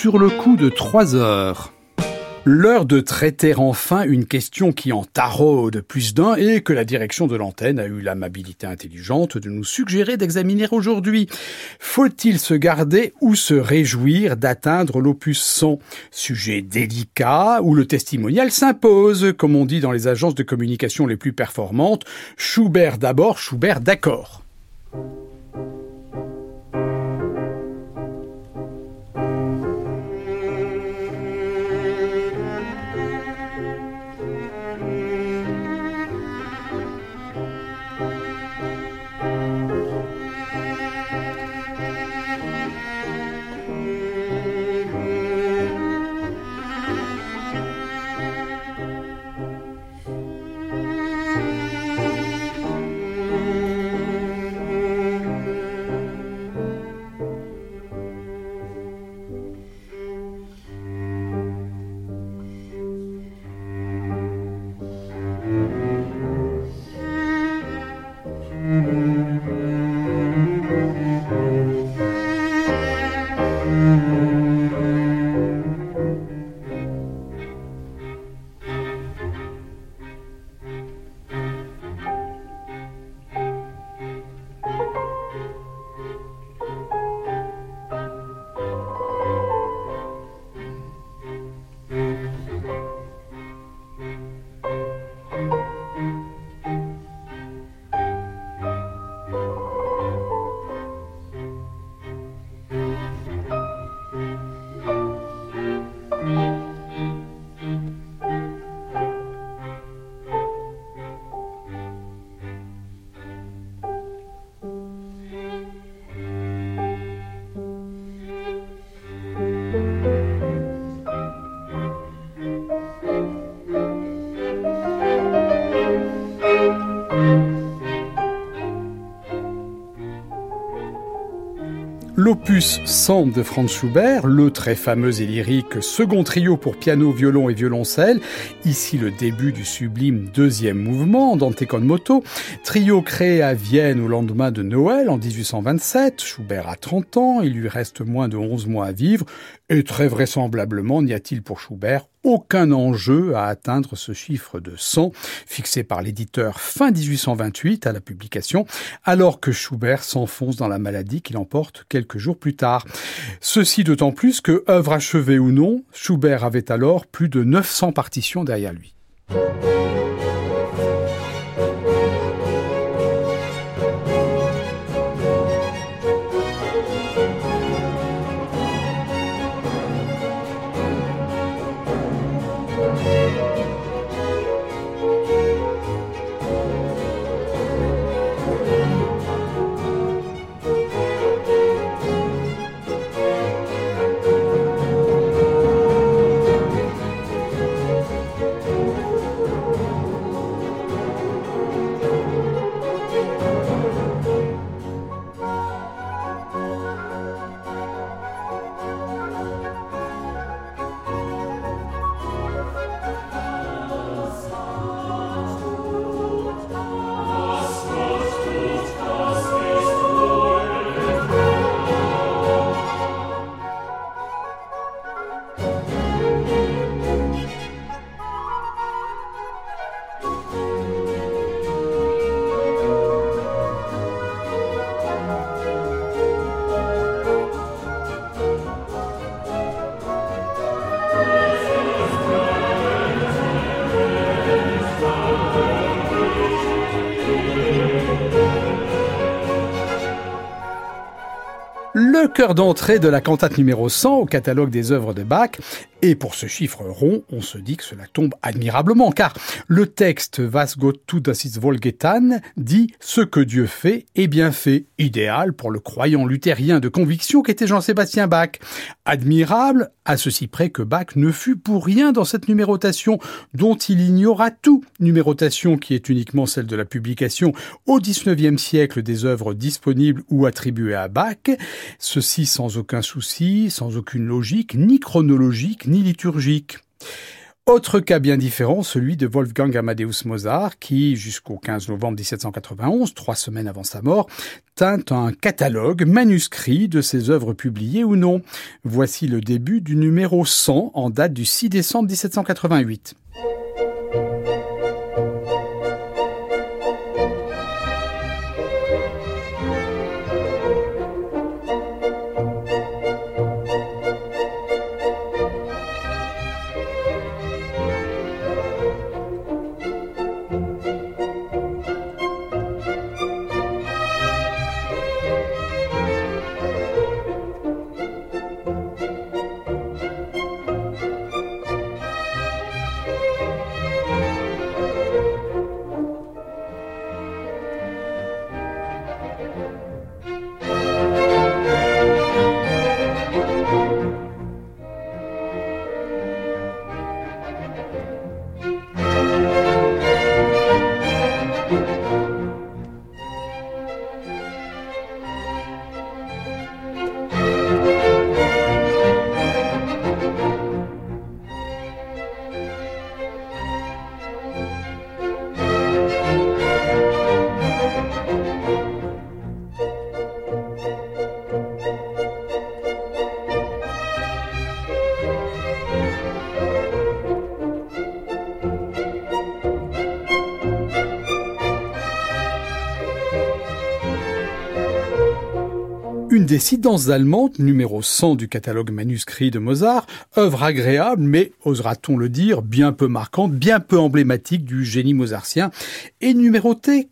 sur le coup de 3 heures. L'heure de traiter enfin une question qui en taraude plus d'un et que la direction de l'antenne a eu l'amabilité intelligente de nous suggérer d'examiner aujourd'hui. Faut-il se garder ou se réjouir d'atteindre l'opus 100 ? Sujet délicat où le testimonial s'impose, comme on dit dans les agences de communication les plus performantes. Schubert d'abord, Schubert d'accord. L'opus 100 de Franz Schubert, le très fameux et lyrique second trio pour piano, violon et violoncelle, ici le début du sublime deuxième mouvement d'Ante con moto, trio créé à Vienne au lendemain de Noël en 1827, Schubert a 30 ans, il lui reste moins de 11 mois à vivre, et très vraisemblablement n'y a-t-il pour Schubert aucun enjeu à atteindre ce chiffre de 100, fixé par l'éditeur fin 1828 à la publication, alors que Schubert s'enfonce dans la maladie qu'il emporte quelques jours plus tard. Ceci d'autant plus que, œuvre achevée ou non, Schubert avait alors plus de 900 partitions derrière lui. Le cœur d'entrée de la cantate numéro 100 au catalogue des œuvres de Bach. Et pour ce chiffre rond, on se dit que cela tombe admirablement, car le texte Was Gott tut, das ist wohl getan dit « Ce que Dieu fait est bien fait », idéal pour le croyant luthérien de conviction qu'était Jean-Sébastien Bach. Admirable, à ceci près que Bach ne fut pour rien dans cette numérotation, dont il ignora tout, numérotation qui est uniquement celle de la publication au XIXe siècle des œuvres disponibles ou attribuées à Bach, ceci sans aucun souci, sans aucune logique, ni chronologique, ni liturgique. Autre cas bien différent, celui de Wolfgang Amadeus Mozart, qui, jusqu'au 15 novembre 1791, 3 semaines avant sa mort, tint un catalogue manuscrit de ses œuvres publiées ou non. Voici le début du numéro 100 en date du 6 décembre 1788. Une décidence allemande, numéro 100 du catalogue manuscrit de Mozart, œuvre agréable, mais, osera-t-on le dire, bien peu marquante, bien peu emblématique du génie mozartien, et numérotée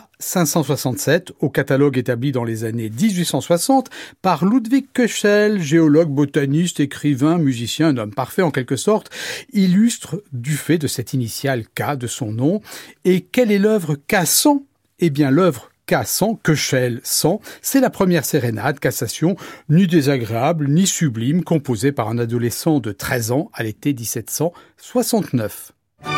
K567, au catalogue établi dans les années 1860 par Ludwig Köchel, géologue, botaniste, écrivain, musicien, un homme parfait en quelque sorte, illustre du fait de cette initiale K de son nom. Et quelle est l'œuvre K100 ? Eh bien l'œuvre K100, Köchel 100, c'est la première sérénade, cassation, ni désagréable, ni sublime, composée par un adolescent de 13 ans à l'été 1769.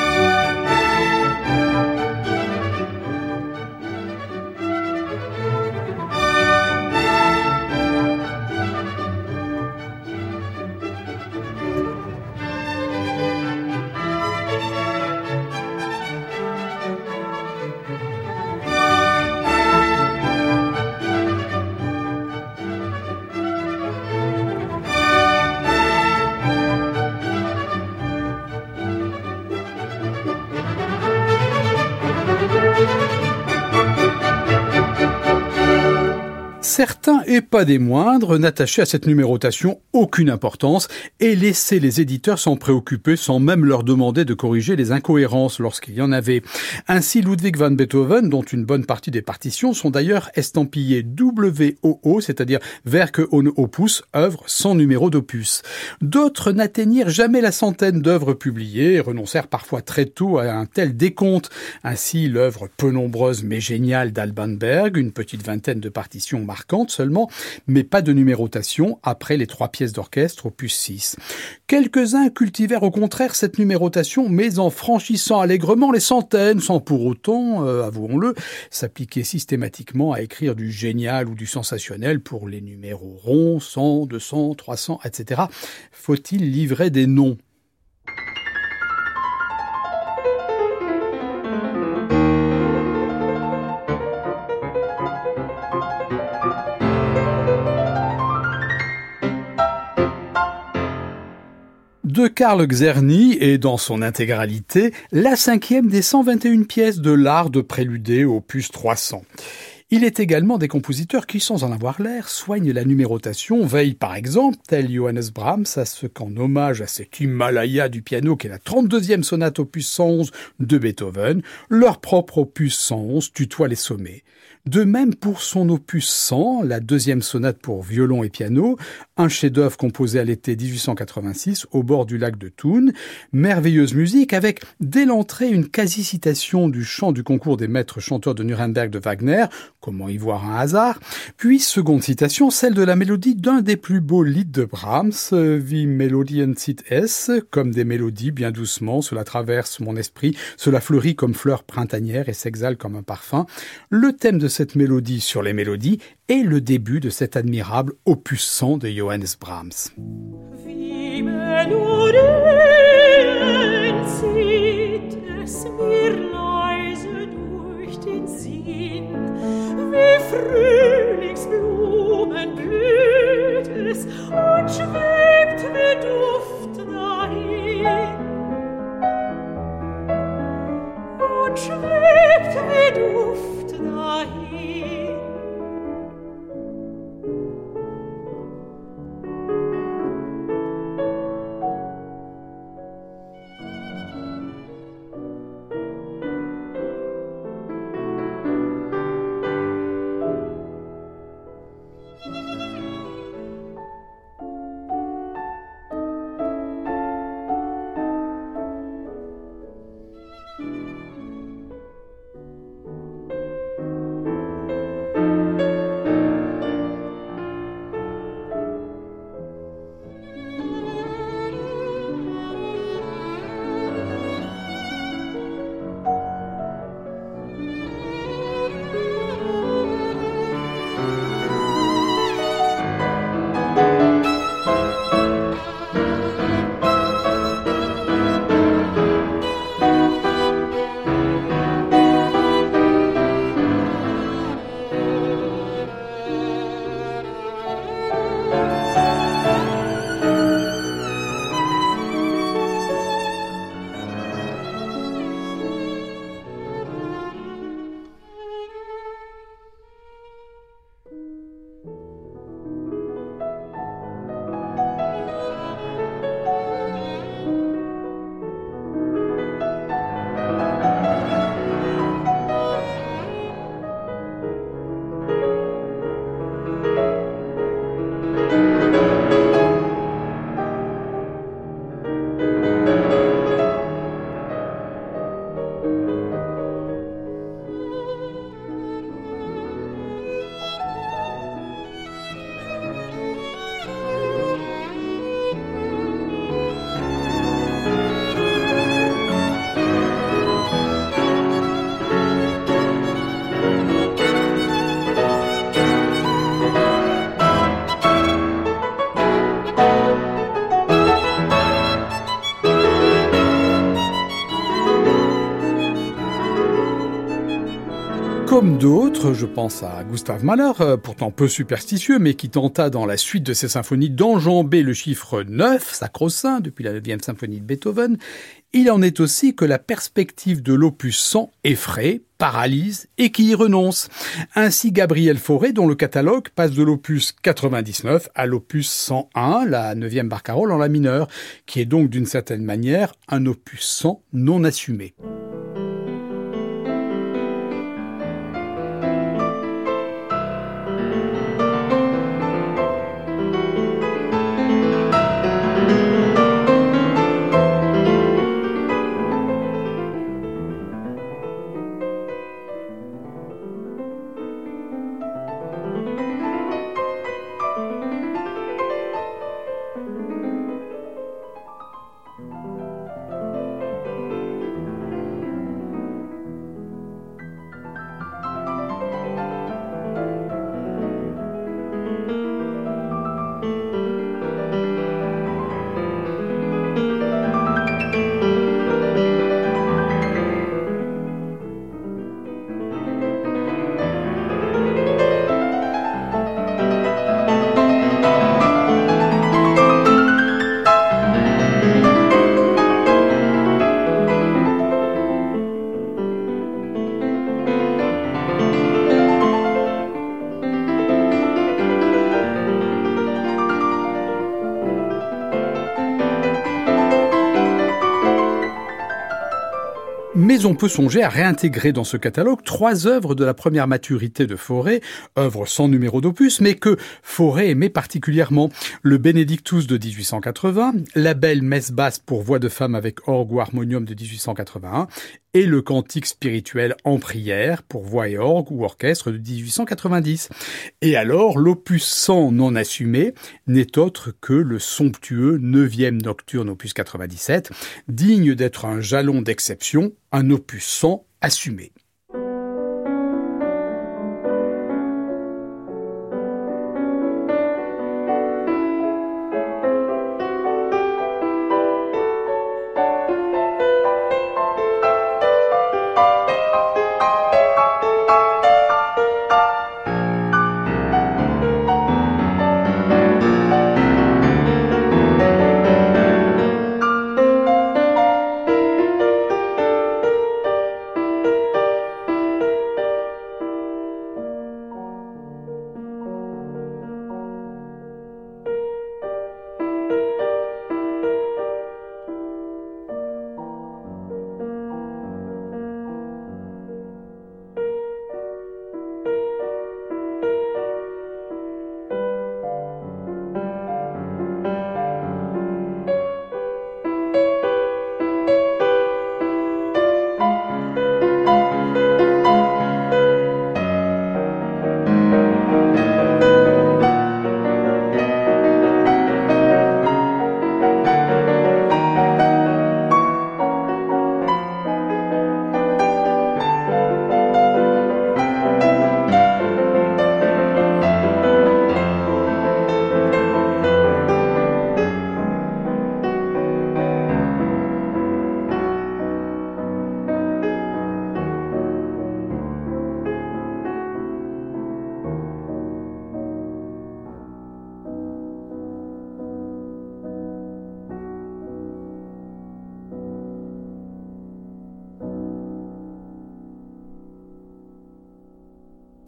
Certains, et pas des moindres, n'attachaient à cette numérotation aucune importance et laissaient les éditeurs s'en préoccuper sans même leur demander de corriger les incohérences lorsqu'il y en avait. Ainsi, Ludwig van Beethoven, dont une bonne partie des partitions sont d'ailleurs estampillées WOO, c'est-à-dire Werke ohne Opus, œuvre sans numéro d'opus. D'autres n'atteignirent jamais la centaine d'œuvres publiées et renoncèrent parfois très tôt à un tel décompte. Ainsi, l'œuvre peu nombreuse mais géniale d'Alban Berg, une petite vingtaine de partitions marquantes seulement, mais pas de numérotation après les 3 pièces d'orchestre opus 6. Quelques-uns cultivèrent au contraire cette numérotation, mais en franchissant allègrement les centaines, sans pour autant, avouons-le, s'appliquer systématiquement à écrire du génial ou du sensationnel pour les numéros ronds, 100, 200, 300, etc. Faut-il livrer des noms ? De Karl Czerny est, dans son intégralité, la 5e des 121 pièces de l'art de préluder opus 300. Il est également des compositeurs qui, sans en avoir l'air, soignent la numérotation, veillent par exemple, tel Johannes Brahms, à ce qu'en hommage à cet Himalaya du piano qu'est la 32e sonate opus 111 de Beethoven, leur propre opus 111 tutoie les sommets. De même pour son opus 100, la 2e sonate pour violon et piano, un chef-d'œuvre composé à l'été 1886 au bord du lac de Thun, merveilleuse musique avec, dès l'entrée, une quasi-citation du chant du concours des maîtres chanteurs de Nuremberg de Wagner, comment y voir un hasard, puis seconde citation, celle de la mélodie d'un des plus beaux lieds de Brahms, Wie Melodien zieht es, comme des mélodies bien doucement, cela traverse mon esprit, cela fleurit comme fleurs printanières et s'exhale comme un parfum. Le thème de cette mélodie sur les mélodies est le début de cet admirable opus 100 de Johannes Brahms. Wie Melodien es mir leise durch den Sinn, wie Frühlingsblumen blüht es und schwebt wie Duft dahin. Und schwebt wie Duft dahin. Comme d'autres, je pense à Gustav Mahler, pourtant peu superstitieux, mais qui tenta dans la suite de ses symphonies d'enjamber le chiffre 9, sacro-saint, depuis la 9e symphonie de Beethoven. Il en est aussi que la perspective de l'opus 100 effraie, paralyse et qui y renonce. Ainsi Gabriel Fauré, dont le catalogue passe de l'opus 99 à l'opus 101, la 9e barcarolle en la mineure, qui est donc d'une certaine manière un opus 100 non assumé. Mais on peut songer à réintégrer dans ce catalogue 3 œuvres de la première maturité de Fauré, œuvres sans numéro d'opus, mais que Fauré aimait particulièrement. Le Benedictus de 1880, la belle messe basse pour voix de femme avec orgue ou harmonium de 1881, et le cantique spirituel en prière pour voix et orgue ou orchestre de 1890. Et alors, l'opus 100 non assumé n'est autre que le somptueux 9e nocturne opus 97, digne d'être un jalon d'exception, un opus 100 assumé.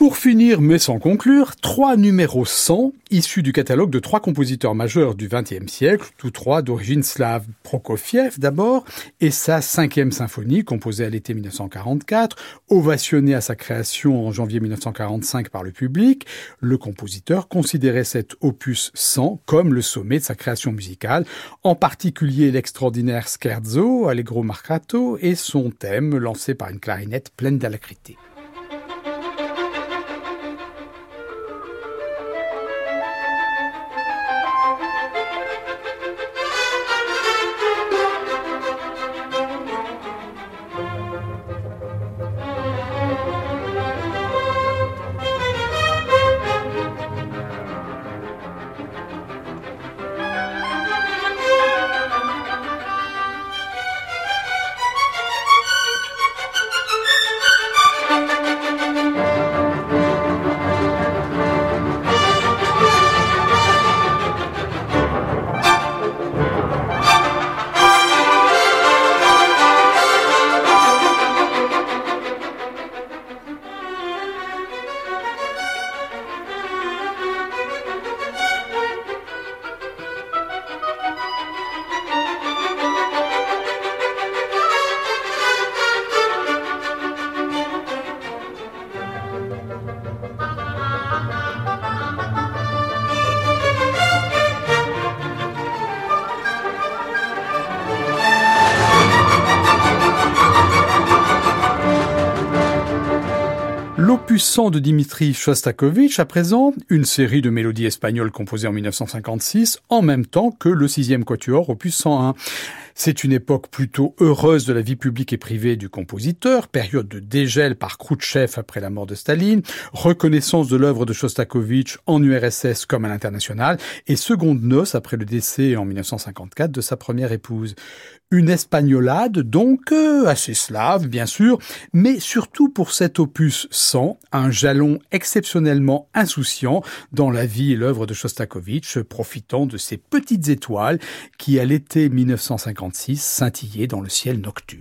Pour finir, mais sans conclure, 3 numéros 100, issus du catalogue de 3 compositeurs majeurs du XXe siècle, tous 3 d'origine slave. Prokofiev d'abord, et sa 5e symphonie, composée à l'été 1944, ovationnée à sa création en janvier 1945 par le public. Le compositeur considérait cet opus 100 comme le sommet de sa création musicale, en particulier l'extraordinaire scherzo, allegro marcato, et son thème lancé par une clarinette pleine d'alacrité. L'opus 100 de Dimitri Shostakovich, à présent, une série de mélodies espagnoles composées en 1956, en même temps que le 6e quatuor, opus 101. C'est une époque plutôt heureuse de la vie publique et privée du compositeur, période de dégel par Khrouchtchev après la mort de Staline, reconnaissance de l'œuvre de Shostakovich en URSS comme à l'international, et seconde noce après le décès en 1954 de sa première épouse. Une espagnolade, donc, assez slave, bien sûr, mais surtout pour cet opus 100, un jalon exceptionnellement insouciant dans la vie et l'œuvre de Shostakovich, profitant de ces petites étoiles qui, à l'été 1956, scintillaient dans le ciel nocturne.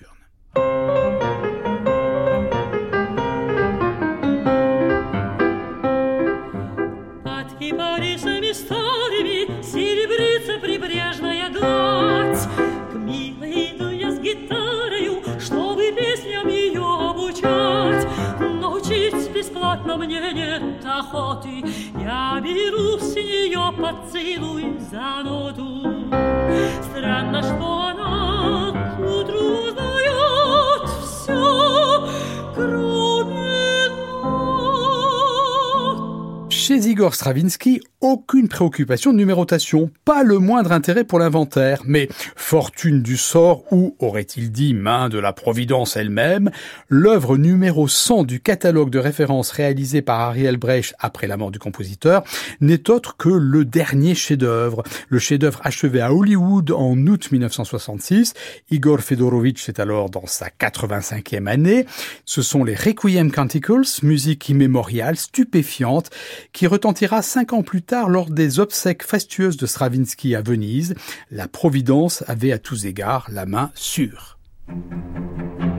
Бесплатно мне нет охоты, я беру с нее поцелуй за ноту. Странно, что она к утру знает все, кроме нот. Chez Igor Stravinsky, aucune préoccupation de numérotation, pas le moindre intérêt pour l'inventaire, mais fortune du sort ou, aurait-il dit, main de la Providence elle-même, l'œuvre numéro 100 du catalogue de référence réalisé par Ariel Brecht après la mort du compositeur n'est autre que le dernier chef-d'œuvre. Le chef-d'œuvre achevé à Hollywood en août 1966. Igor Fedorovitch est alors dans sa 85e année. Ce sont les Requiem Canticles, musique immémoriale, stupéfiante, qui retentira 5 ans plus tard lors des obsèques fastueuses de Stravinsky à Venise. La Providence avait à tous égards la main sûre.